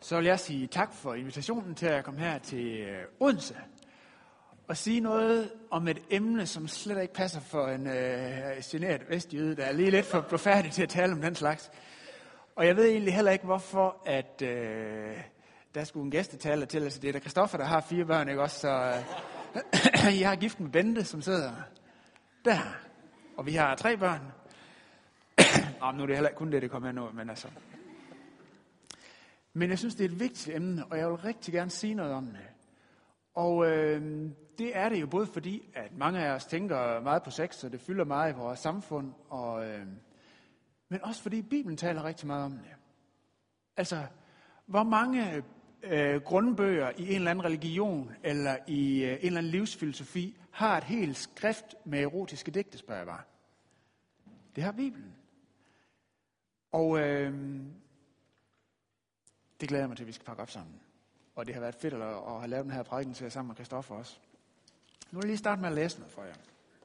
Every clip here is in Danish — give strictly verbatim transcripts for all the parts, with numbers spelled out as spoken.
så vil jeg sige tak for invitationen til at komme her til Odense og sige noget om et emne, som slet ikke passer for en øh, generet vestjyde, der er lige lidt for blufærdig til at tale om den slags. Og jeg ved egentlig heller ikke, hvorfor at øh, der skulle en gæstetaler til. Altså det er da Christoffer, der har fire børn, ikke også? Så øh, jeg har gift med Bente, som sidder der. Og vi har tre børn. Nå, nu er det heller ikke kun det, det kommer nu, men altså. Men jeg synes, det er et vigtigt emne, og jeg vil rigtig gerne sige noget om det. Og øh, det er det jo både fordi, at mange af os tænker meget på sex, og det fylder meget i vores samfund, og, øh, men også fordi Bibelen taler rigtig meget om det. Altså, hvor mange øh, grundbøger i en eller anden religion, eller i øh, en eller anden livsfilosofi, har et helt skrift med erotiske digte, spørger jeg bare. Det har Bibelen. Og øh, det glæder jeg mig til, at vi skal pakke op sammen. Og det har været fedt at, at have lavet den her prædiken til sammen med Christoffer også. Nu vil jeg lige starte med at læse noget for jer.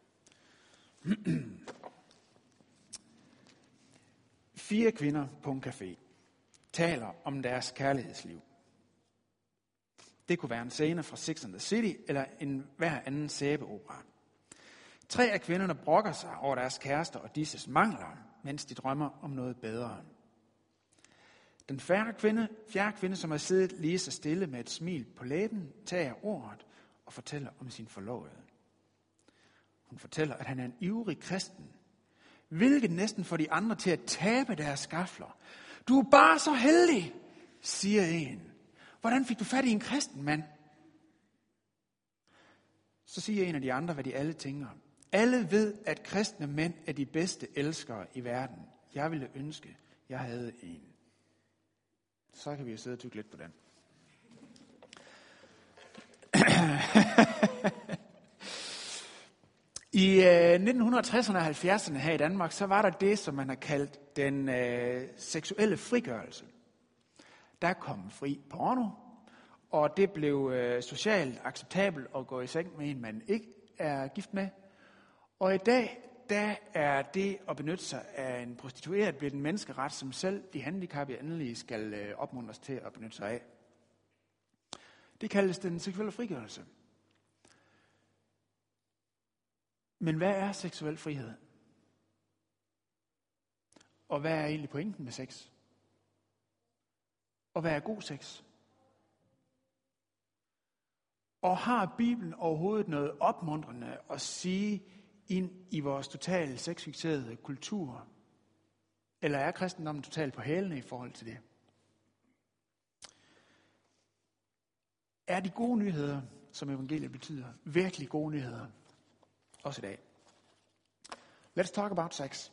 Fire kvinder på en café taler om deres kærlighedsliv. Det kunne være en scene fra Sex and the City eller en hver anden sæbeopera. Tre af kvinderne brokker sig over deres kærester og disses mangler, mens de drømmer om noget bedre. Den fjerde kvinde, fjerde kvinde, som har siddet lige så stille med et smil på læben, tager ordet og fortæller om sin forlovede. Hun fortæller, at han er en ivrig kristen, hvilket næsten får de andre til at tabe deres skafler. Du er bare så heldig, siger en. Hvordan fik du fat i en kristen mand? Så siger en af de andre, hvad de alle tænker. Alle ved, at kristne mænd er de bedste elskere i verden. Jeg ville ønske, jeg havde en. Så kan vi jo sidde og tykke lidt på den. I øh, nitten tresserne og halvfjerdserne her i Danmark, så var der det, som man har kaldt den øh, seksuelle frigørelse. Der kom fri porno, og det blev øh, socialt acceptabelt at gå i seng med en, man ikke er gift med. Og i dag, der er det at benytte sig af en prostitueret blevet en menneskeret, som selv de handicappede endelig skal øh, opmuntres til at benytte sig af. Det kaldes den seksuelle frigørelse. Men hvad er seksuel frihed? Og hvad er egentlig pointen med sex? Og hvad er god sex? Og har Bibelen overhovedet noget opmuntrende at sige ind i vores totalt sexfixerede kultur? Eller er kristendommen totalt på hælene i forhold til det? Er de gode nyheder, som evangeliet betyder, virkelig gode nyheder? Også i dag. Let's talk about sex.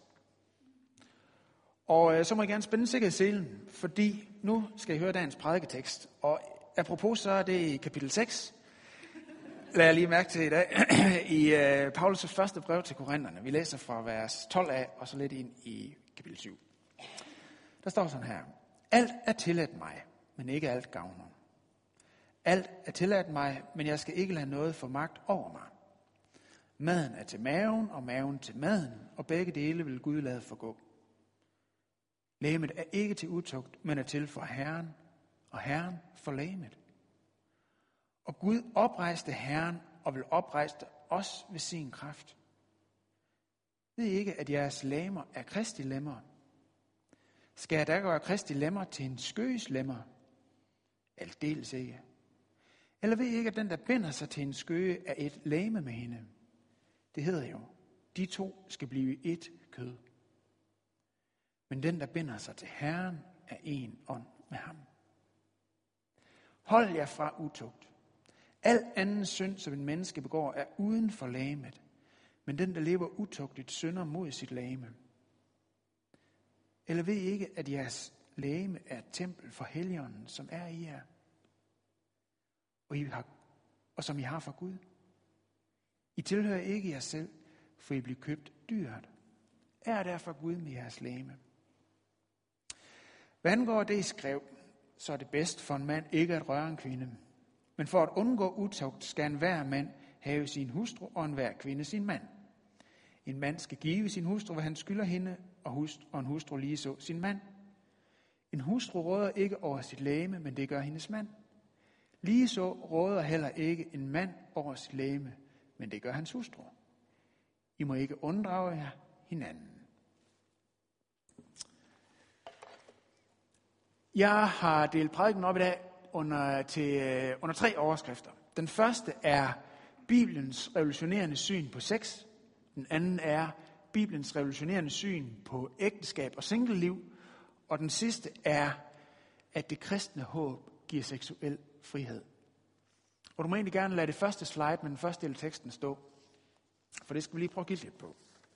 Og øh, så må jeg gerne spænde sikkert i selen, fordi nu skal I høre dagens prædiketekst. Og apropos så er det i kapitel seks, lader jeg lige mærke til i dag, i øh, Paulus' første brev til Korintherne. Vi læser fra vers tolv af, og så lidt ind i kapitel syv. Der står sådan her. Alt er tilladt mig, men ikke alt gavner. Alt er tilladt mig, men jeg skal ikke lade noget få magt over mig. Maden er til maven, og maven til maden, og begge dele vil Gud lade forgå. Legemet er ikke til utugt, men er til for Herren, og Herren for legemet. Og Gud oprejste Herren, og vil oprejse os ved sin kraft. Ved I ikke, at jeres lemmer er Kristi lemmer? Skal jeg da gøre Kristi lemmer til en skøges lemmer? Aldeles ikke. Eller ved I ikke, at den, der binder sig til en skøge, er et legeme med hende? Det hedder jo, de to skal blive et kød. Men den, der binder sig til Herren, er en ånd med ham. Hold jer fra utugt. Al anden synd, som en menneske begår, er uden for legemet. Men den, der lever utugtigt, synder mod sit legeme. Eller ved I ikke, at jeres legeme er et tempel for Helligånden, som er i jer, og, I har, og som I har fra Gud? I tilhører ikke jer selv, for I bliver købt dyrt. Er derfor Gud med jeres legeme. Hvad angår det, I skrev, så er det bedst for en mand ikke at røre en kvinde. Men for at undgå utugt skal enhver mand have sin hustru, og enhver kvinde sin mand. En mand skal give sin hustru, hvad han skylder hende, og, hustru, og en hustru lige så sin mand. En hustru råder ikke over sit legeme, men det gør hendes mand. Ligeså råder heller ikke en mand over sit legeme, men det gør hans hustru. I må ikke unddrage jer hinanden. Jeg har delt prædiken op i dag under, til, under tre overskrifter. Den første er Bibelens revolutionerende syn på sex. Den anden er Bibelens revolutionerende syn på ægteskab og singleliv. Og den sidste er, at det kristne håb giver seksuel frihed. Og du må egentlig gerne lade det første slide med den første del af teksten stå. For det skal vi lige prøve at kigge lidt på.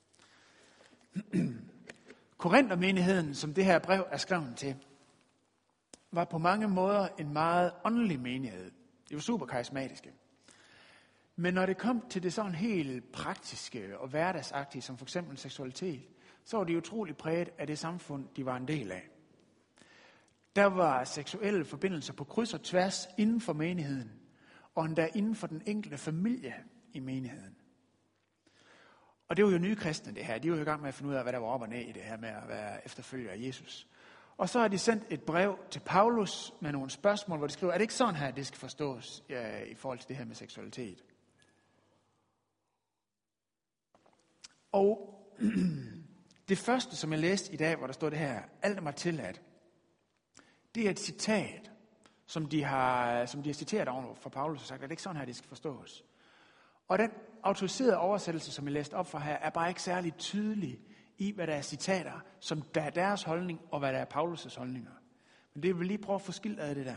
Korinthermenigheden, som det her brev er skrevet til, var på mange måder en meget åndelig menighed. De var super karismatiske. Men når det kom til det sådan helt praktiske og hverdagsagtige, som for eksempel seksualitet, så var de utroligt præget af det samfund, de var en del af. Der var seksuelle forbindelser på kryds og tværs inden for menigheden, og endda inden for den enkelte familie i menigheden. Og det var jo nye kristne, det her. De var jo i gang med at finde ud af, hvad der var op og ned i det her med at være efterfølger af Jesus. Og så har de sendt et brev til Paulus med nogle spørgsmål, hvor de skriver, er det ikke sådan her, det skal forstås ja, i forhold til det her med seksualitet? Og det første, som jeg læste i dag, hvor der står det her, alt er mig tilladt, det er et citat, som de har, som de har citeret oven fra Paulus og sagt, er det ikke sådan her, det skal forstås? Og den autoriserede oversættelse, som jeg læste op fra her, er bare ikke særlig tydelig i, hvad der er citater, som der er deres holdning, og hvad der er Paulus' holdninger. Men det vil vi lige prøve at få skilt af det der.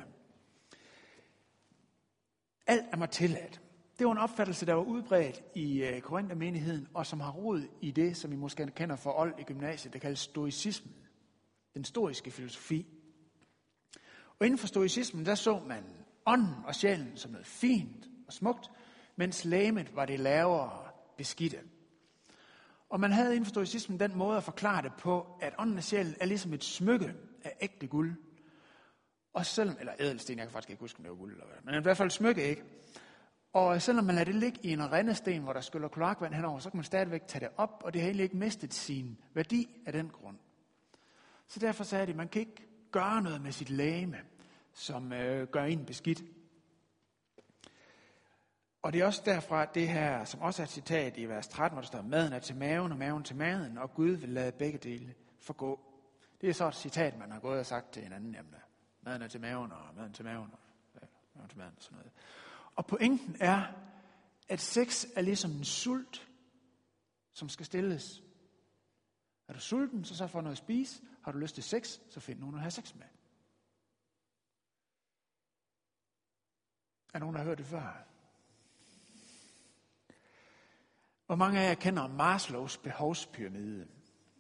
Alt er mig tilladt. Det var en opfattelse, der var udbredt i uh, Korinthermenigheden, og som har rod i det, som I måske kender for old i gymnasiet, der kaldes stoicismen. Den stoiske filosofi. Og inden for stoicismen, der så man ånden og sjælen som noget fint og smukt, mens legemet var det lavere beskidte. Og man havde inden for stoicismen den måde at forklare det på, at ånden og sjælen er ligesom et smykke af ægte guld. Og selvom, eller ædelsten, jeg kan faktisk ikke huske, om det var guld eller hvad, men i hvert fald smykke, ikke? Og selvom man lader det ligge i en rendesten, hvor der skyller kloakvand henover, så kan man stadigvæk tage det op, og det har egentlig ikke mistet sin værdi af den grund. Så derfor sagde de, at man kan ikke gøre noget med sit legeme, som øh, gør en beskidt. Og det er også derfra det her, som også er et citat i vers tretten, hvor der står, maden er til maven og maven til maden, og Gud vil lade begge dele forgå. Det er så et citat, man har gået og sagt til hinanden, jamen, maden er til maven og maden til maven og maven til maden og sådan noget. Og pointen er, at sex er ligesom en sult, som skal stilles. Er du sulten, så så får noget at spise. Har du lyst til sex, så find nogen at have sex med. Er nogen, der har hørt det før? Hvor mange af jer kender Maslows behovspyramide?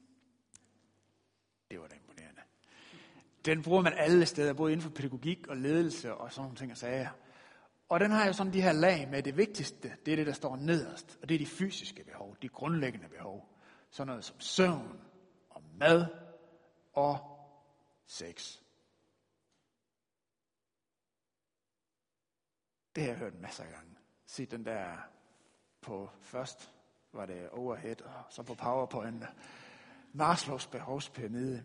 Det var da imponerende. Den bruger man alle steder, både inden for pædagogik og ledelse og sådan nogle ting og sager. Og den har jo sådan de her lag med, det vigtigste, det er det, der står nederst, og det er de fysiske behov, de grundlæggende behov. Sådan noget som søvn og mad og sex. Det har jeg hørt masser af gange. Se den der på først var det overhead, og så på PowerPoint. Maslows behovspyramide.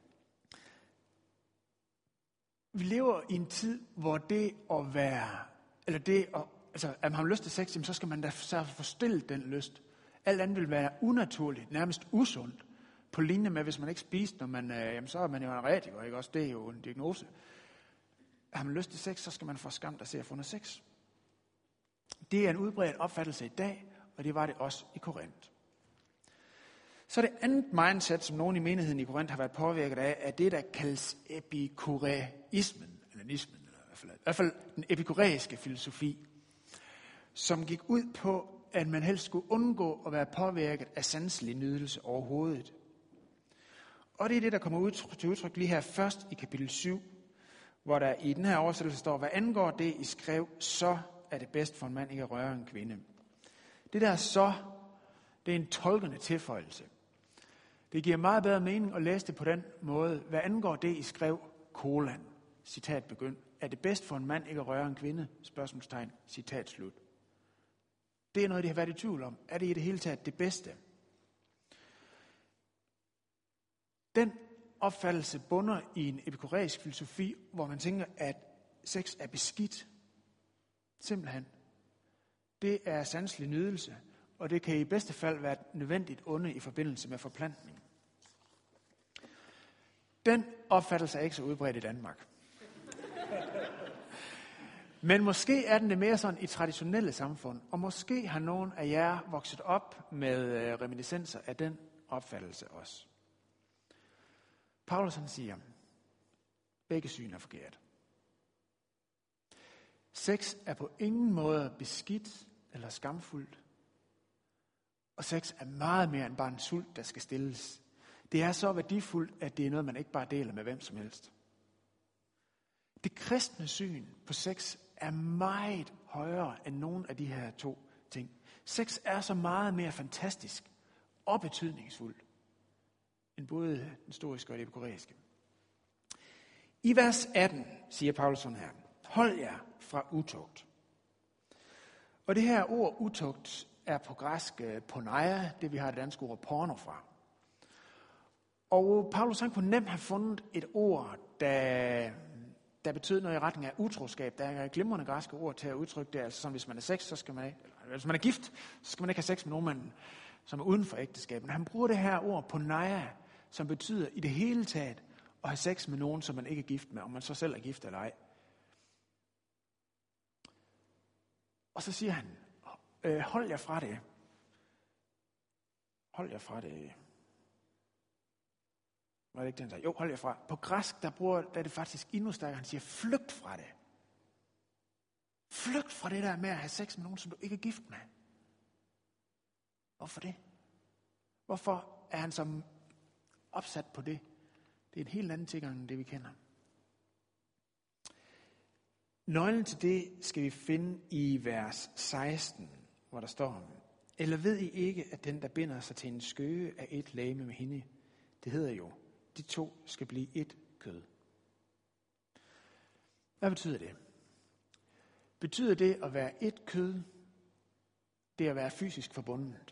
Vi lever i en tid, hvor det at være, eller det at, altså, at man har lyst til sex, så skal man da forstille den lyst. Alt andet vil være unaturligt, nærmest usundt. På linje med, hvis man ikke spiser, når man, øh, jamen, så er man jo en retiker, ikke også? Det er jo en diagnose. Har man lyst til sex, så skal man få skam, der ser at få noget sex. Det er en udbredt opfattelse i dag, og det var det også i Korinth. Så det andet mindset, som nogen i menigheden i Korinth har været påvirket af, er det, der kaldes epikureismen, eller nismen, eller i hvert fald, i hvert fald den epikureiske filosofi, som gik ud på, at man helst skulle undgå at være påvirket af sanselig nydelse overhovedet. Og det er det, der kommer ud til udtryk lige her først i kapitel syv, hvor der i den her oversættelse står, hvad angår det, I skrev, så er det bedst for en mand ikke at røre en kvinde. Det der så, det er en tolkende tilføjelse. Det giver meget bedre mening at læse det på den måde. Hvad angår det, I skrev, kolon, citat begynd, er det bedst for en mand ikke at røre en kvinde, spørgsmålstegn, citat slut. Det er noget, de har været i tvivl om. Er det i det hele taget det bedste? Den opfattelse bunder i en epikureisk filosofi, hvor man tænker, at sex er beskidt. Simpelthen. Det er sanselig nydelse, og det kan i bedste fald være et nødvendigt onde i forbindelse med forplantning. Den opfattelse er ikke så udbredt i Danmark. Men måske er den det mere sådan i traditionelle samfund, og måske har nogen af jer vokset op med reminiscenser af den opfattelse også. Paulus han siger, begge syn er forkert. Sex er på ingen måde beskidt eller skamfuldt. Og sex er meget mere end bare en sult, der skal stilles. Det er så værdifuldt, at det er noget, man ikke bare deler med hvem som helst. Det kristne syn på sex er meget højere end nogen af de her to ting. Sex er så meget mere fantastisk og betydningsfuld end både den historiske og det epikureiske. I vers atten siger Paulus sådan her, hold jer fra utugt. Og det her ord utugt er på græsk poneia, det vi har det danske ord porno fra. Og Paulus han kunne nemt have fundet et ord, der, der betød noget i retning af utroskab. Der er et glimrende græske ord til at udtrykke det. Altså som hvis man er sex, så skal man ikke, eller hvis man er gift, så skal man ikke have sex med nogen, man, som er uden for ægteskabet. Men han bruger det her ord poneia, som betyder i det hele taget at have sex med nogen, som man ikke er gift med, om man så selv er gift eller ej. Og så siger han, øh, hold jer fra det. Hold jer fra det. Var det ikke den, der? Jo, hold jer fra. På græsk, der, bruger, der er det faktisk endnu stærkere. Han siger, flygt fra det. Flygt fra det der med at have sex med nogen, som du ikke er gift med. Hvorfor det? Hvorfor er han så opsat på det? Det er en helt anden tilgang end det, vi kender. Nøglen til det skal vi finde i vers seksten, hvor der står, eller ved I ikke, at den, der binder sig til en skøge, er et legeme med hende? Det hedder jo, de to skal blive et kød. Hvad betyder det? Betyder det at være et kød, det er at være fysisk forbundet?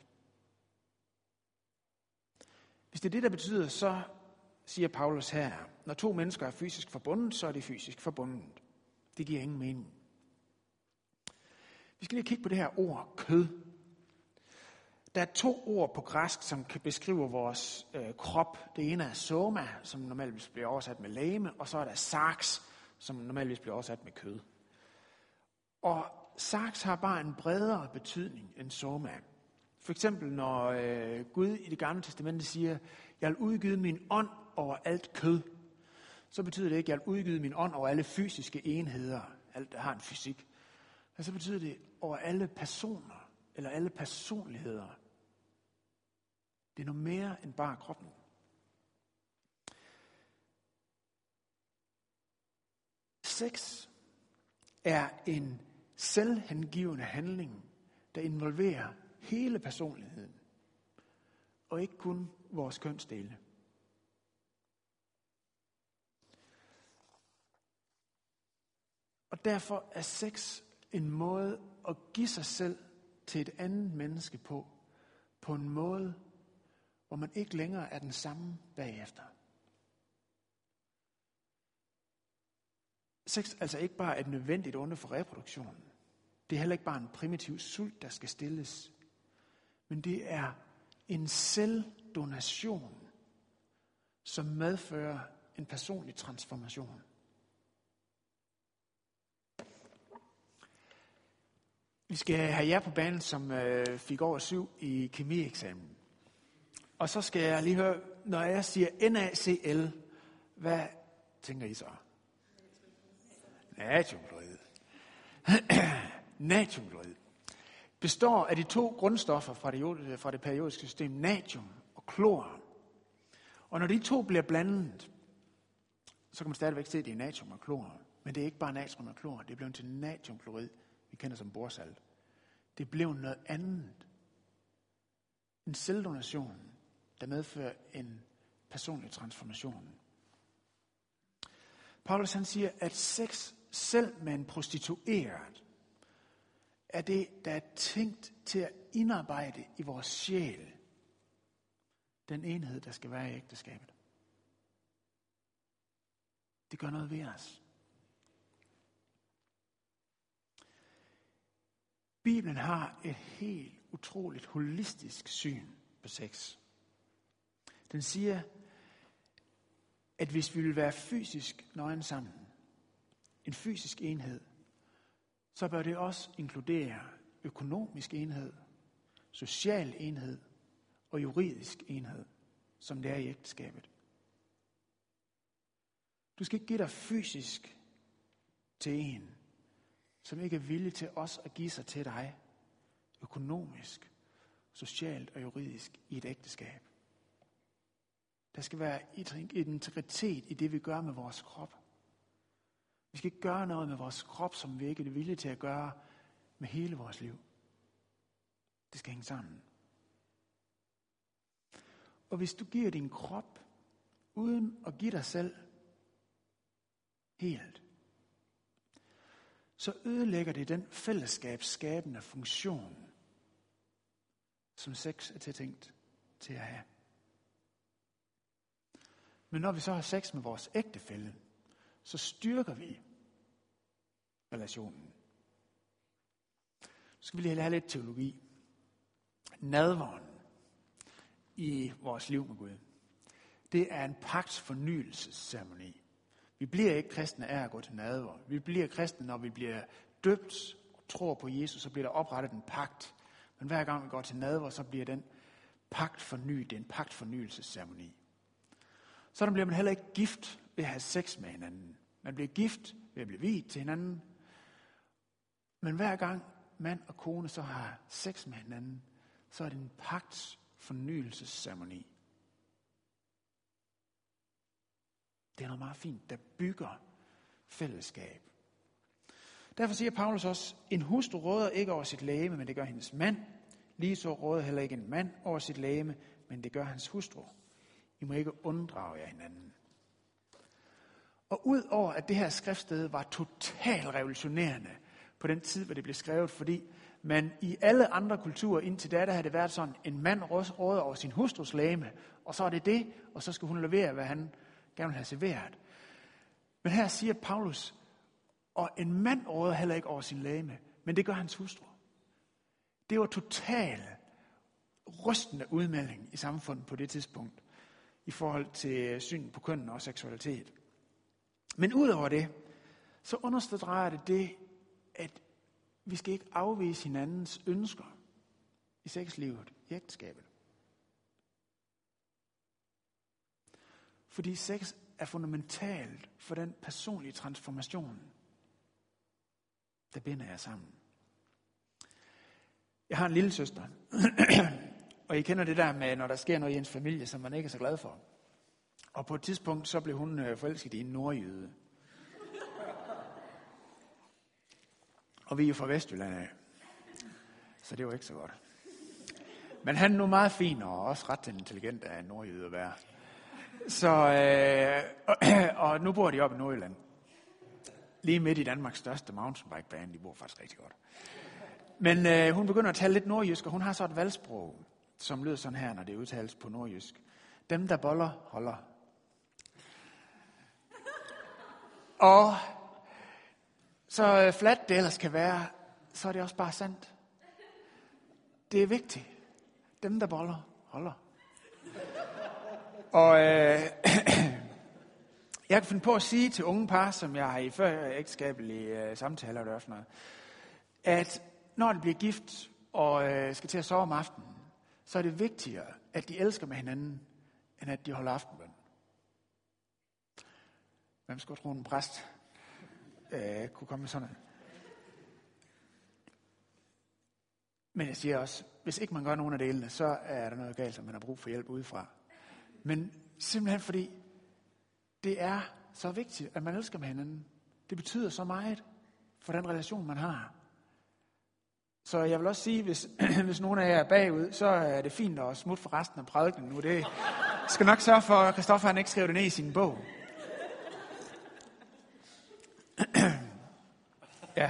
Hvis det er det, der betyder, så siger Paulus her, når to mennesker er fysisk forbundet, så er de fysisk forbundet. Det giver ingen mening. Vi skal lige kigge på det her ord, kød. Der er to ord på græsk, som kan beskrive vores øh, krop. Det ene er soma, som normalt bliver oversat med legeme, og så er der sarx, som normalt bliver oversat med kød. Og sarx har bare en bredere betydning end soma. For eksempel når øh, Gud i det gamle testamente siger, jeg vil udgyde min ånd over alt kød, så betyder det ikke, at jeg vil udgyde min ånd over alle fysiske enheder, alt der har en fysik. Men så betyder det over alle personer, eller alle personligheder. Det er noget mere end bare kroppen. Sex er en selvhengivende handling, der involverer hele personligheden, og ikke kun vores kønsdele. Og derfor er sex en måde at give sig selv til et andet menneske på, på en måde, hvor man ikke længere er den samme bagefter. Sex er altså ikke bare et nødvendigt onde for reproduktionen. Det er heller ikke bare en primitiv sult, der skal stilles. Men det er en selvdonation, som medfører en personlig transformation. Vi skal have jer på banen, som øh, fik over syv i kemieksamen. Og så skal jeg lige høre, når jeg siger NaCl, hvad tænker I så? Natriumklorid. Natriumklorid består af de to grundstoffer fra det, fra det periodiske system, natrium og klor. Og når de to bliver blandet, så kan man stadigvæk se, at det er natrium og klor. Men det er ikke bare natrium og klor, det er blevet til natriumklorid, vi kender som borsalt. Det blev noget andet. En selvdonation, der medfører en personlig transformation. Paulus han siger, at sex selv med en prostitueret er det, der er tænkt til at indarbejde i vores sjæl den enhed, der skal være i ægteskabet. Det gør noget ved os. Bibelen har et helt utroligt holistisk syn på sex. Den siger, at hvis vi vil være fysisk nøgen sammen, en fysisk enhed, så bør det også inkludere økonomisk enhed, social enhed og juridisk enhed, som det er i ægteskabet. Du skal ikke give dig fysisk til en, som ikke er villig til også at give sig til dig, økonomisk, socialt og juridisk i et ægteskab. Der skal være integritet i det, vi gør med vores krop. Vi skal ikke gøre noget med vores krop, som vi ikke er villige til at gøre med hele vores liv. Det skal hænge sammen. Og hvis du giver din krop, uden at give dig selv helt, så ødelægger det den fællesskabsskabende funktion, som sex er tiltænkt til at have. Men når vi så har sex med vores ægtefælle, så styrker vi relationen. Nu skal vi lige have lidt teologi. Nadveren i vores liv med Gud, det er en pagtsfornyelsesceremoni. Vi bliver ikke kristne af at gå til nadver. Vi bliver kristne, når vi bliver døbt og tror på Jesus, så bliver der oprettet en pagt. Men hver gang vi går til nadver, så bliver den pagt fornyet. Det er en pagtfornyelsesceremoni. Sådan bliver man heller ikke gift ved at have sex med hinanden. Man bliver gift ved at blive viet til hinanden. Men hver gang mand og kone så har sex med hinanden, så er det en pagtsfornyelsesceremoni. Det er noget meget fint, der bygger fællesskab. Derfor siger Paulus også, en hustru råder ikke over sit legeme, men det gør hendes mand. Ligeså råder heller ikke en mand over sit legeme, men det gør hans hustru. I må ikke unddrage jer hinanden. Og ud over at det her skriftsted var totalt revolutionerende på den tid, hvor det blev skrevet, fordi man i alle andre kulturer indtil da, der havde det været sådan, en mand råder over sin hustrus legeme, og så er det det, og så skal hun levere, hvad han gerne vil have serveret. Men her siger Paulus, og en mand råder heller ikke over sin legeme, men det gør hans hustru. Det var total rystende udmelding i samfundet på det tidspunkt, i forhold til synet på køn og seksualitet. Men udover det, så understreger det det, at vi skal ikke afvise hinandens ønsker i sexlivet, i ægteskabet. Fordi sex er fundamentalt for den personlige transformation, der binder jer sammen. Jeg har en lille søster, og I kender det der med, når der sker noget i ens familie, som man ikke er så glad for. Og på et tidspunkt, så blev hun forelsket i en nordjyde. Og vi er jo fra Vestjylland af, så det var ikke så godt. Men han er nu meget fin og også ret intelligent af en nordjyde at være. Så, øh, og, og nu bor de oppe i Nordjylland. Lige midt i Danmarks største mountainbikebane. De bor faktisk rigtig godt. Men øh, hun begynder at tale lidt nordjysk, og hun har så et valgsprog, som lyder sådan her, når det udtales på nordjysk. Dem, der boller, holder. Og så øh, fladt det ellers kan være, så er det også bare sandt. Det er vigtigt. Dem, der boller, holder. Og øh, jeg kan finde på at sige til unge par, som jeg har i før ægteskabelige øh, samtaler og sådan noget, at når de bliver gift og øh, skal til at sove om aftenen, så er det vigtigere, at de elsker med hinanden, end at de holder aftenbøn. Hvem skulle tro, en præst øh, kunne komme med sådan noget? Men jeg siger også, hvis ikke man gør nogen af delene, så er der noget galt, at man har brug for hjælp udefra. Men simpelthen fordi det er så vigtigt, at man elsker med hinanden. Det betyder så meget for den relation, man har. Så jeg vil også sige, hvis, hvis nogen af jer er bagud, så er det fint at smutte for resten af prædikenen nu. Det skal nok sørge for, at Christoffer han ikke skriver det ned i sin bog. Ja.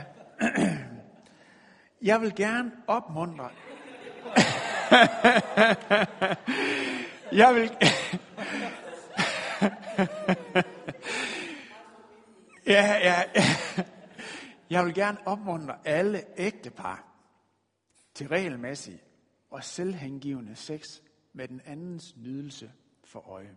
Jeg vil gerne opmuntre. Jeg vil Ja, ja, ja. Jeg vil gerne opmuntre alle ægtepar til regelmæssig og selvhengivende sex med den andens nydelse for øje.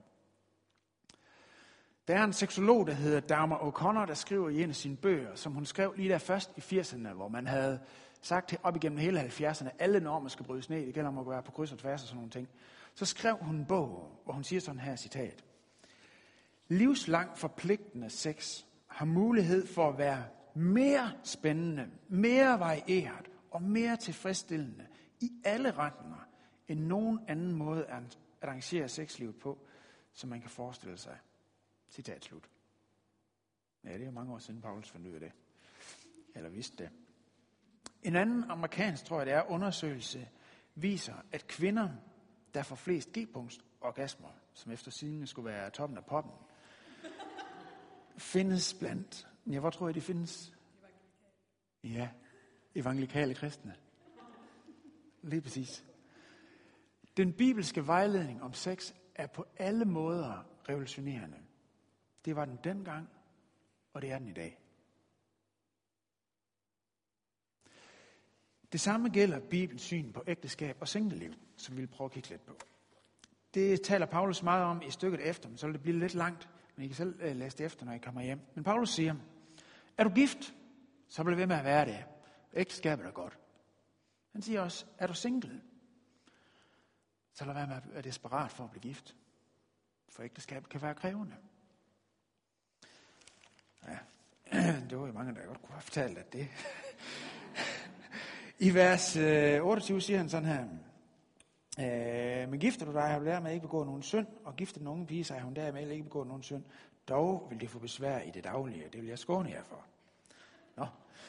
Der er en seksolog, der hedder Dagmar O'Connor, der skriver i en af sine bøger, som hun skrev lige der først i firserne, hvor man havde sagt op igennem hele halvfjerdserne, alle normer skal brydes ned, det gælder om at være på kryds og tværs og sådan nogle ting. Så skrev hun en bog, hvor hun siger sådan her, citat: livslang forpligtende sex har mulighed for at være mere spændende, mere varieret og mere tilfredsstillende i alle retninger, end nogen anden måde at arrangere sexlivet på, som man kan forestille sig. Citat slut. Ja, det er jo mange år siden, Paulus fandt ud af det. Eller vidste det. En anden amerikansk, tror jeg det er, undersøgelse viser, at kvinder, der får flest G-punkts orgasmer, som efter sigende skulle være toppen af poppen, findes blandt, ja, hvor tror jeg, de findes? Ja, evangelikale kristne. Lige præcis. Den bibelske vejledning om sex er på alle måder revolutionerende. Det var den dengang, og det er den i dag. Det samme gælder Bibelens syn på ægteskab og singleliv, som vi vil prøve at kigge lidt på. Det taler Paulus meget om i stykket efter, men så vil det blive lidt langt, men I kan selv læse det efter, når I kommer hjem. Men Paulus siger, er du gift, så bliv ved med at være det. Ægteskabet er godt. Han siger også, er du single, så lad være med at være desperat for at blive gift. For ægteskabet kan være krævende. Ja, det var jo mange, der godt kunne have fortalt, at det... I vers otteogtyve siger han sådan her, øh, men gifter du dig, har du dermed ikke begået nogen synd, og gifter den unge pige sig, har hun dermed ikke begået nogen synd. Dog vil det få besvær i det daglige, det vil jeg skåne jer for. Nå.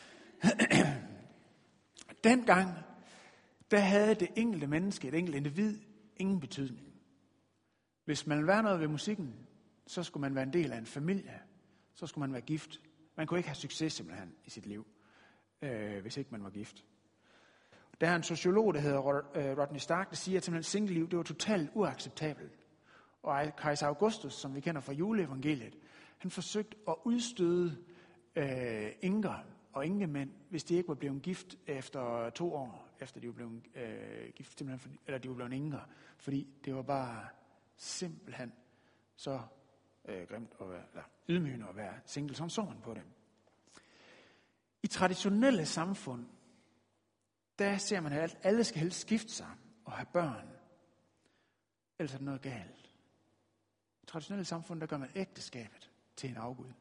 Dengang, der havde det enkelte menneske, et enkelt individ, ingen betydning. Hvis man ville være noget ved musikken, så skulle man være en del af en familie, så skulle man være gift. Man kunne ikke have succes simpelthen i sit liv, øh, hvis ikke man var gift. Der er en sociolog, der hedder Rodney Stark, der siger, at simpelthen singleliv, det var totalt uacceptabelt. Og kejser Augustus, som vi kender fra juleevangeliet, han forsøgte at udstøde øh, enker og enkemænd, hvis de ikke var blevet gift efter to år, efter de var blevet øh, gift, simpelthen, eller de var blevet enker, fordi det var bare simpelthen så øh, grimt at være, eller ydmygende at være single, som så man på det. I traditionelle samfund, der ser man, at alle skal helst skifte sig og have børn. Ellers er det noget galt. I traditionelle samfund, der gør man ægteskabet til en afgud.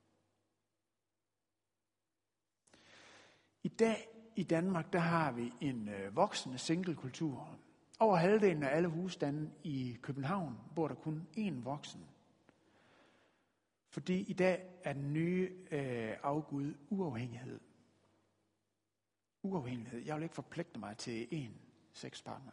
I dag i Danmark, der har vi en øh, voksende singlekultur. Over halvdelen af alle husstande i København bor der kun én voksen. Fordi i dag er den nye øh, afgud uafhængighed. Uafhængighed. Jeg vil ikke forpligte mig til én sexpartner.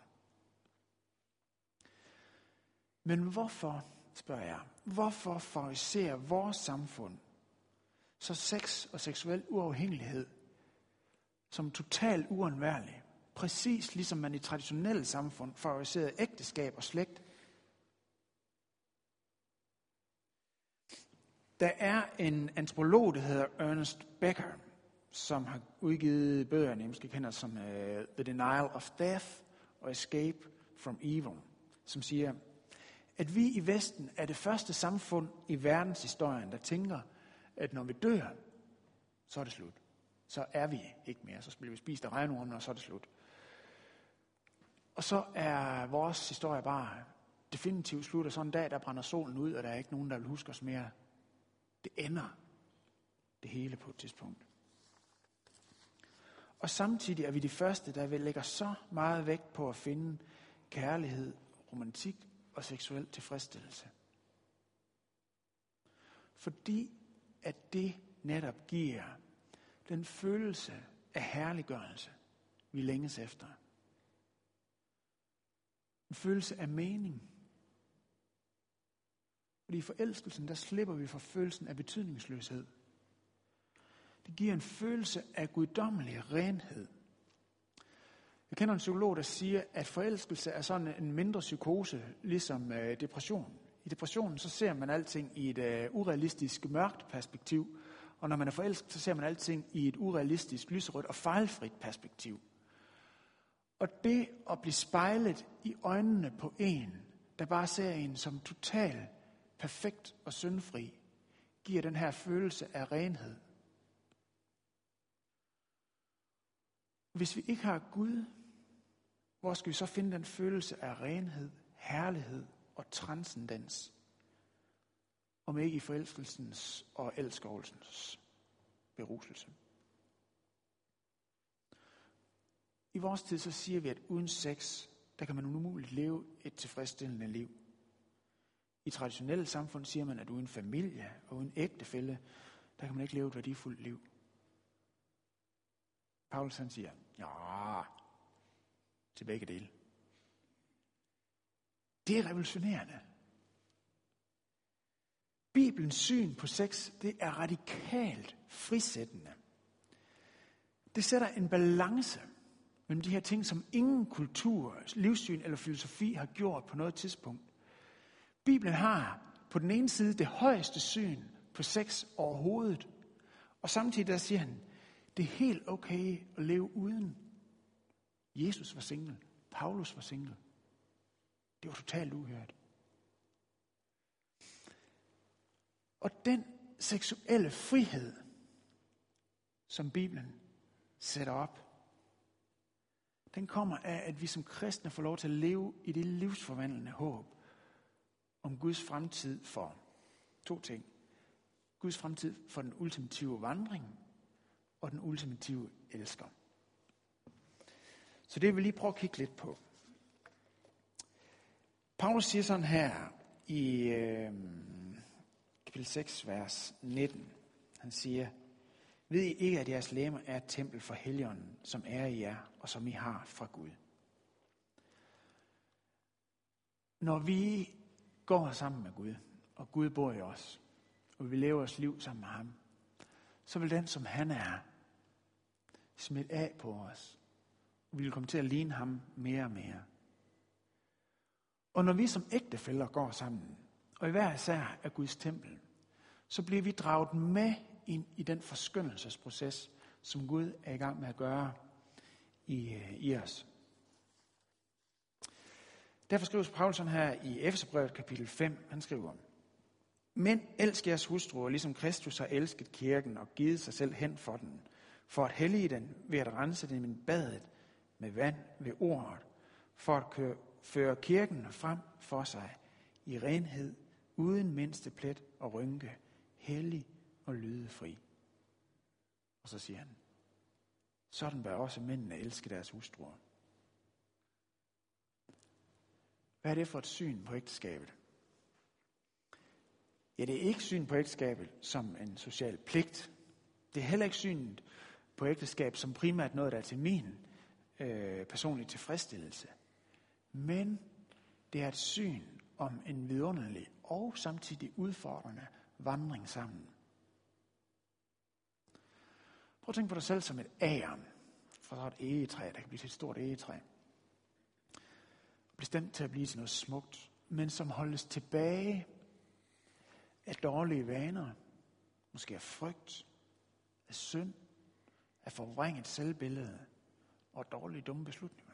Men hvorfor, spørger jeg, hvorfor favoriserer vores samfund så sex og seksuel uafhængighed som totalt uundværlig? Præcis ligesom man i traditionelle samfund favoriserede ægteskab og slægt. Der er en antropolog, der hedder Ernest Becker, som har udgivet bøgerne, jeg måske kender som uh, The Denial of Death og Escape from Evil, som siger, at vi i Vesten er det første samfund i verdenshistorien, der tænker, at når vi dør, så er det slut. Så er vi ikke mere. Så bliver vi spist af regnormene, og så er det slut. Og så er vores historie bare definitivt slut, og sådan en dag, der brænder solen ud, og der er ikke nogen, der vil huske os mere. Det ender det hele på et tidspunkt. Og samtidig er vi de første, der vil lægge så meget vægt på at finde kærlighed, romantik og seksuel tilfredsstillelse. Fordi at det netop giver den følelse af herliggørelse, vi længes efter. En følelse af mening. Fordi i forelskelsen, der slipper vi fra følelsen af betydningsløshed. Det giver en følelse af guddommelig renhed. Jeg kender en psykolog, der siger, at forelskelse er sådan en mindre psykose, ligesom øh, depression. I depressionen så ser man alting i et øh, urealistisk, mørkt perspektiv, Og når man er forelsket, så ser man alting i et urealistisk, lyserødt og fejlfrit perspektiv. Og det at blive spejlet i øjnene på en, der bare ser en som total, perfekt og syndfri, giver den her følelse af renhed. Hvis vi ikke har Gud, hvor skal vi så finde den følelse af renhed, herlighed og transcendens? Om ikke i forelskelsens og elskovelsens beruselse. I vores tid så siger vi, at uden sex, der kan man umuligt leve et tilfredsstillende liv. I traditionelle samfund siger man, at uden familie og uden ægtefælle, der kan man ikke leve et værdifuldt liv. Paulus han siger, ja, til begge dele. Det er revolutionerende. Bibelens syn på sex, det er radikalt frisættende. Det sætter en balance mellem de her ting, som ingen kultur, livssyn eller filosofi har gjort på noget tidspunkt. Bibelen har på den ene side det højeste syn på sex overhovedet, og samtidig der siger han, det er helt okay at leve uden. Jesus var single, Paulus var single. Det var totalt uhørt. Og den seksuelle frihed, som Bibelen sætter op, den kommer af, at vi som kristne får lov til at leve i det livsforvandlende håb om Guds fremtid for to ting. Guds fremtid for den ultimative vandring og den ultimative elsker. Så det vil vi lige prøve at kigge lidt på. Paulus siger sådan her i øh, kapitel seks, vers nitten. Han siger, ved I ikke, at jeres legeme er et tempel for Helligånden, som er i jer, og som I har fra Gud? Når vi går sammen med Gud, og Gud bor i os, og vi lever vores liv sammen med ham, så vil den, som han er, smitte af på os. Vi vil komme til at ligne ham mere og mere. Og når vi som ægtefæller går sammen, og i hver især er Guds tempel, så bliver vi draget med ind i den forskyndelsesproces, som Gud er i gang med at gøre i, i os. Derfor skriver Paulus her i Efeserbrevet kapitel fem, han skriver, men elsk jeres hustruer, ligesom Kristus har elsket kirken og givet sig selv hen for den, for at hellige den ved at rense den med badet med vand ved ordet, for at køre, føre kirken frem for sig i renhed, uden mindste plet og rynke, hellig og lydefri. Og så siger han, sådan bør også mændene elske deres hustruer. Hvad er det for et syn på ægteskabet? Ja, det er ikke syn på ægteskabet som en social pligt. Det er heller ikke synet på ægteskab som primært noget, der er til min øh, personlige tilfredsstillelse. Men det er et syn om en vidunderlig og samtidig udfordrende vandring sammen. Prøv at tænke på dig selv som et agern fra et egetræ, der kan blive til et stort egetræ. Bestemt til at blive til noget smukt, men som holdes tilbage af dårlige vaner, måske af frygt, af synd, af forvrænget selvbillede og dårlige dumme beslutninger.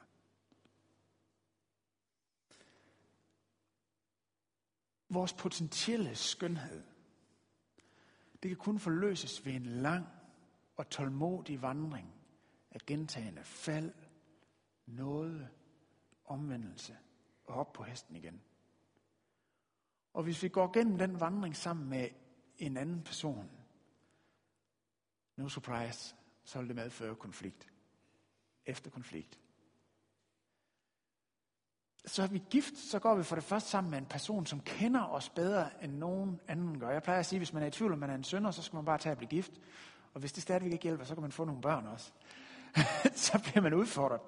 Vores potentielle skønhed, det kan kun forløses ved en lang og tålmodig vandring af gentagende fald, nåde, omvendelse og op på hesten igen. Og hvis vi går gennem den vandring sammen med en anden person, no surprise, så vil det medføre konflikt. Efter konflikt. Så er vi gift, så går vi for det første sammen med en person, som kender os bedre end nogen anden gør. Jeg plejer at sige, hvis man er i tvivl, om man er en synder, så skal man bare tage at blive gift. Og hvis det stadigvæk ikke hjælper, så kan man få nogle børn også. Så bliver man udfordret.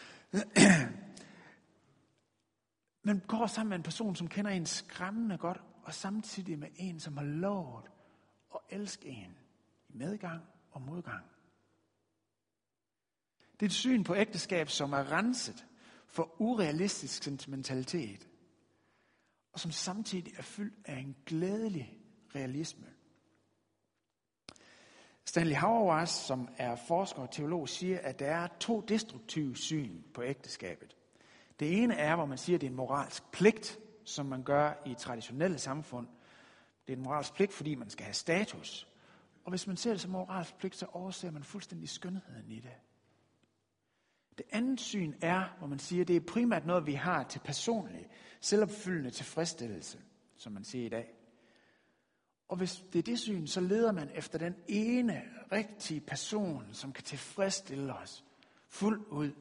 Man går sammen med en person, som kender en skræmmende godt, og samtidig med en, som har lovet at elske en i medgang og modgang. Det er et syn på ægteskab, som er renset for urealistisk sentimentalitet, og som samtidig er fyldt af en glædelig realisme. Stanley Hauerwas, som er forsker og teolog, siger, at der er to destruktive syn på ægteskabet. Det ene er, hvor man siger, at det er en moralsk pligt, som man gør i traditionelle samfund. Det er en moralsk pligt, fordi man skal have status. Og hvis man ser det som moralsk pligt, så overser man fuldstændig skønheden i det. Det andet syn er, hvor man siger, at det er primært noget, vi har til personlig, selvopfyldende tilfredsstillelse, som man siger i dag. Og hvis det er det syn, så leder man efter den ene rigtige person, som kan tilfredsstille os fuldt ud.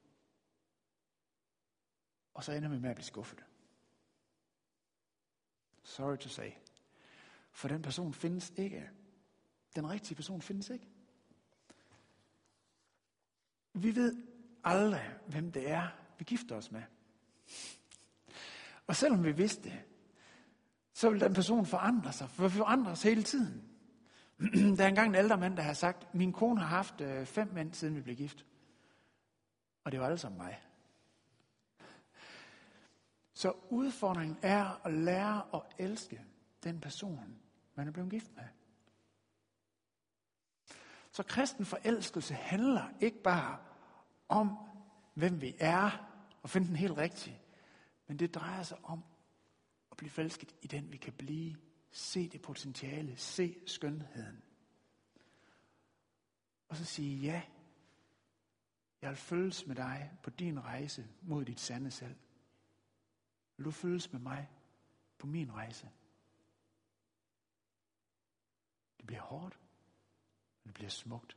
Og så ender vi med at blive skuffet. Sorry to say. For den person findes ikke. Den rigtige person findes ikke. Vi ved aldrig, hvem det er, vi gifter os med. Og selvom vi vidste det, så vil den person forandre sig, for vi forandrer os hele tiden. Der er engang en ældre mand, der har sagt, min kone har haft øh, fem mænd, siden vi blev gift. Og det var alle sammen mig. Så udfordringen er at lære at elske den person, man er blevet gift med. Så kristen forelskelse handler ikke bare om, hvem vi er, og finde den helt rigtige, men det drejer sig om at blive forelsket i den, vi kan blive. Se det potentiale, se skønheden. Og så sige ja, jeg vil følges med dig på din rejse mod dit sande selv. Vil du følges med mig på min rejse? Det bliver hårdt, men det bliver smukt.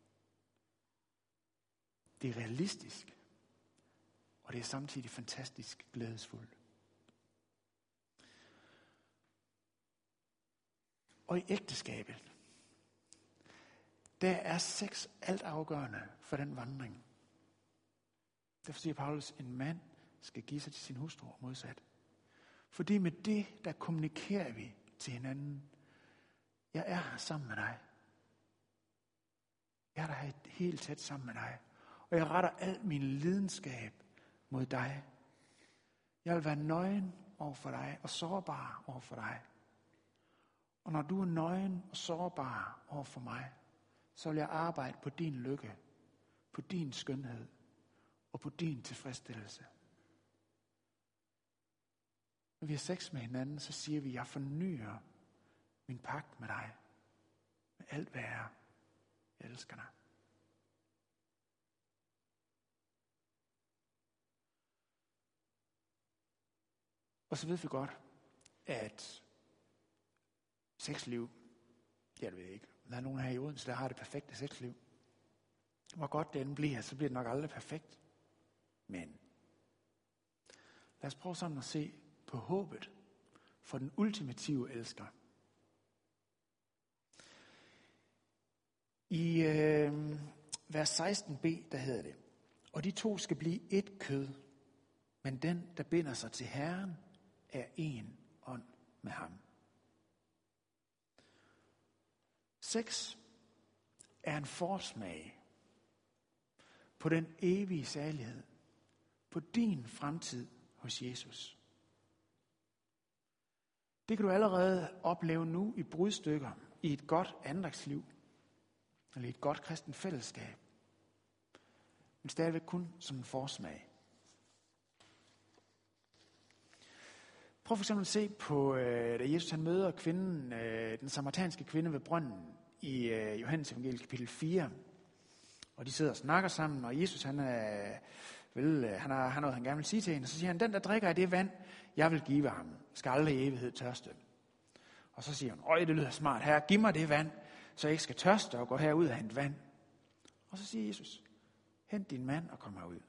Det er realistisk, og det er samtidig fantastisk glædesfuldt. Og i ægteskabet, der er sex altafgørende for den vandring. Derfor siger Paulus, en mand skal give sig til sin hustru og modsat. Fordi med det, der kommunikerer vi til hinanden. Jeg er her sammen med dig. Jeg er der helt tæt sammen med dig. Og jeg retter al min lidenskab mod dig. Jeg vil være nøgen over for dig og sårbar over for dig. Og når du er nøgen og sårbar over for mig, så vil jeg arbejde på din lykke, på din skønhed og på din tilfredsstillelse. Når vi har sex med hinanden, så siger vi, at jeg fornyer min pagt med dig. Med alt hvad jeg er. Jeg elsker dig. Og så ved vi godt, at sexliv, jeg ved ikke, der er nogen her i Odense, der har det perfekte sexliv. Hvor godt det end bliver, så bliver det nok aldrig perfekt. Men lad os prøve sådan at se på håbet for den ultimative elsker. I øh, vers seksten b, der hedder det, og de to skal blive et kød, men den, der binder sig til Herren, er en ånd med ham. Sex er en forsmag på den evige særlighed, på din fremtid hos Jesus. Det kan du allerede opleve nu i brudstykker, i et godt andagsliv, eller i et godt kristent fællesskab, men stadigvæk kun som en forsmag. Prøv for eksempel at se på, da Jesus han møder kvinden, den samaritanske kvinde ved brønden i Johannes evangeliet kapitel fire. Og de sidder og snakker sammen, og Jesus han, er, vel, han har, han noget, han gerne vil sige til hende. Og så siger han, den der drikker af det vand, jeg vil give ham, skal aldrig i evighed tørste. Og så siger han, øj, det lyder smart, herre, giv mig det vand, så jeg ikke skal tørste og gå herud og hente vand. Og så siger Jesus, hent din mand og kom herud.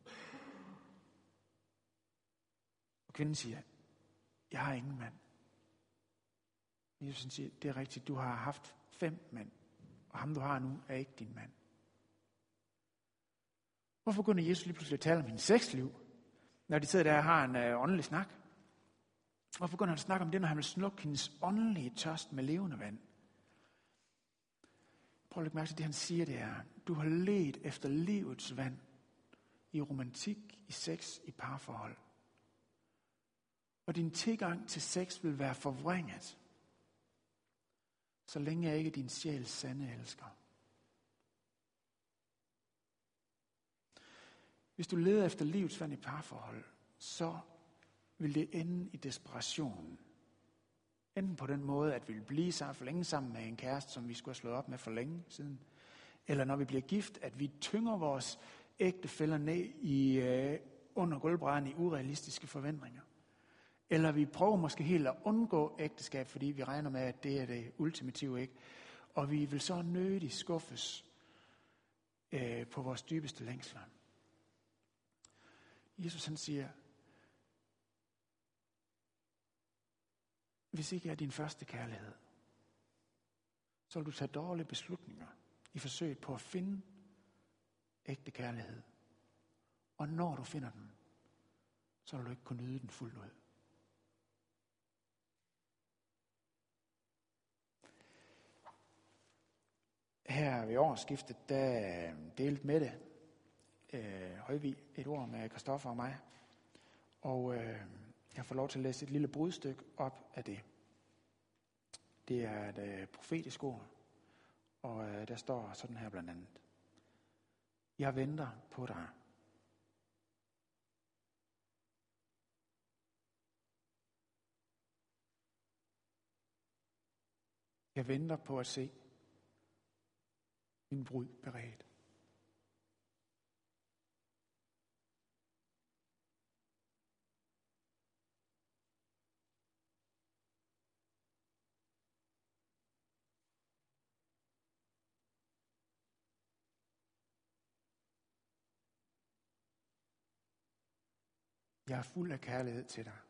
Og kvinden siger, jeg har ingen mand. Jesus siger, det er rigtigt, du har haft fem mænd, og ham du har nu er ikke din mand. Hvorfor begynder Jesus lige pludselig at tale om hendes sexliv, når de sidder der og har en øh, åndelig snak? Hvorfor begynder han at snakke om det, når han vil slukke hendes åndelige tørst med levende vand? Prøv at lægge mærke til det, han siger, det er, du har ledt efter livets vand i romantik, i sex, i parforhold. Og din tilgang til sex vil være forvrænget, så længe jeg ikke er din sjæls sande elsker. Hvis du leder efter livets vand i parforhold, så vil det ende i desperation. Enten på den måde, at vi vil blive sammen for længe sammen med en kæreste, som vi skulle have slået op med for længe siden. Eller når vi bliver gift, at vi tynger vores ægtefæller ned i, øh, under gulvbrædderne i urealistiske forventninger. Eller vi prøver måske helt at undgå ægteskab, fordi vi regner med, at det er det ultimative, ikke? Og vi vil så nødigt skuffes øh, på vores dybeste længsler. Jesus han siger, hvis ikke er din første kærlighed, så vil du tage dårlige beslutninger i forsøget på at finde ægte kærlighed. Og når du finder den, så vil du ikke kunne nyde den fuldt ud. Her ved årsskiftet, der delte Mette øh, Højvig et ord med Christoffer og mig. Og øh, jeg får lov til at læse et lille brudstykke op af det. Det er et øh, profetisk ord, og øh, der står sådan her blandt andet. Jeg venter på dig. Jeg venter på at se min brud beredt. Jeg er fuld af kærlighed til dig.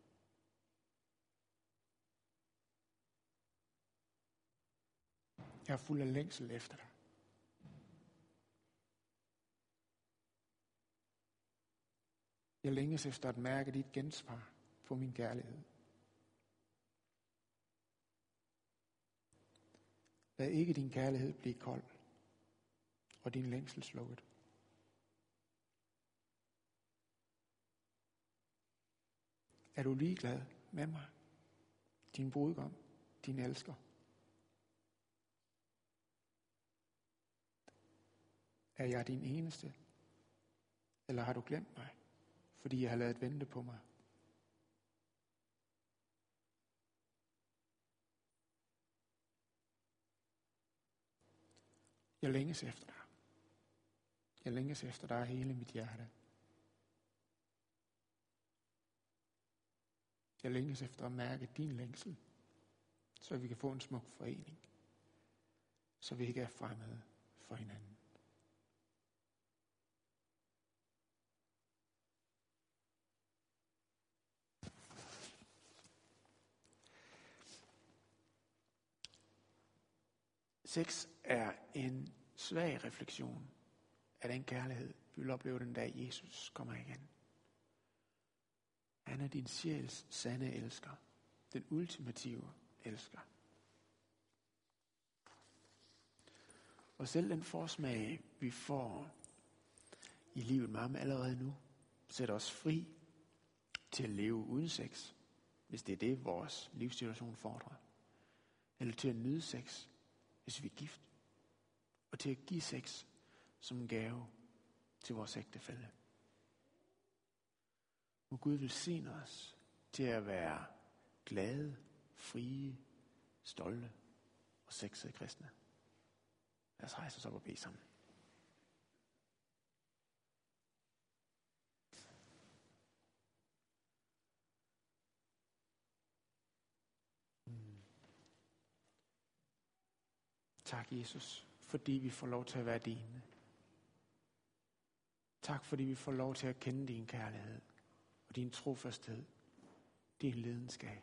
Jeg er fuld af længsel efter dig. Jeg længes efter at mærke dit gensvar på min kærlighed. Lad ikke din kærlighed blive kold og din længsel slukket. Er du ligeglad med mig, din brudgom, din elsker? Er jeg din eneste? Eller har du glemt mig, fordi jeg har ladet vente på mig? Jeg længes efter dig. Jeg længes efter dig af hele mit hjerte. Jeg længes efter at mærke din længsel, så vi kan få en smuk forening, så vi ikke er fremmede for hinanden. Sex er en svag refleksion af den kærlighed, vi vil opleve den dag Jesus kommer igen. Han er din sjæls sande elsker, den ultimative elsker. Og selv den forsmag, vi får i livet med ham allerede nu, sætter os fri til at leve uden sex, hvis det er det, vores livssituation fordrer. Eller til at nyde sex, hvis vi er gift. Og til at give sex som en gave til vores ægtefælle. Må Gud velsigne os til at være glade, frie, stolte og sexede kristne. Lad os rejse os op og bede sammen. Mm. Tak, Jesus, fordi vi får lov til at være dine. Tak, fordi vi får lov til at kende din kærlighed og din trofasthed, din lidenskab.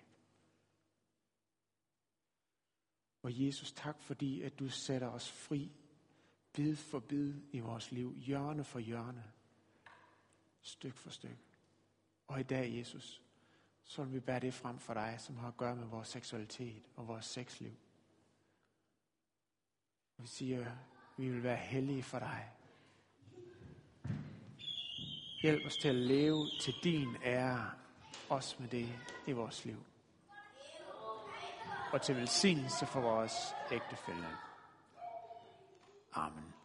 Og Jesus, tak fordi, at du sætter os fri, bid for bid i vores liv, hjørne for hjørne, stykke for stykke. Og i dag, Jesus, så vil vi bære det frem for dig, som har at gøre med vores seksualitet og vores sexliv. Vi siger, at vi vil være hellige for dig. Hjælp os til at leve til din ære, også med det i vores liv. og til velsignelse for vores ægtefælle. Amen.